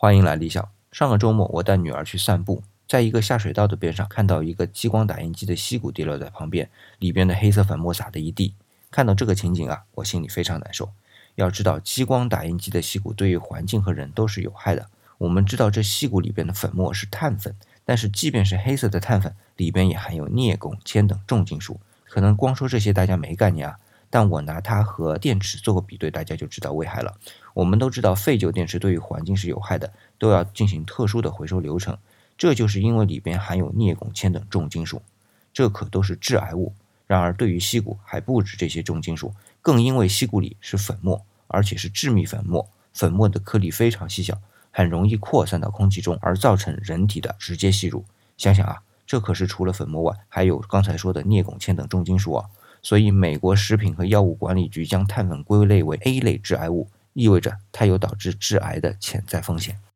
欢迎来理想。上个周末，我带女儿去散步，在一个下水道的边上，看到一个激光打印机的吸骨跌落在旁边，里边的黑色粉末撒的一地。看到这个情景啊，我心里非常难受。要知道，激光打印机的吸骨对于环境和人都是有害的。我们知道这吸骨里边的粉末是碳粉，但是即便是黑色的碳粉，里边也含有镍、汞、铅等重金属。可能光说这些大家没概念啊，但我拿它和电池做个比对，大家就知道危害了。我们都知道废旧电池对于环境是有害的，都要进行特殊的回收流程，这就是因为里边含有镍、汞、铅等重金属，这可都是致癌物。然而对于硒骨还不止这些重金属，更因为硒骨里是粉末，而且是致密粉末，粉末的颗粒非常细小，很容易扩散到空气中，而造成人体的直接吸入。想想啊，这可是除了粉末外，还有刚才说的镍、汞、铅等重金属啊。所以美国食品和药物管理局将碳粉归类为 A 类致癌物，意味着它有导致致癌的潜在风险。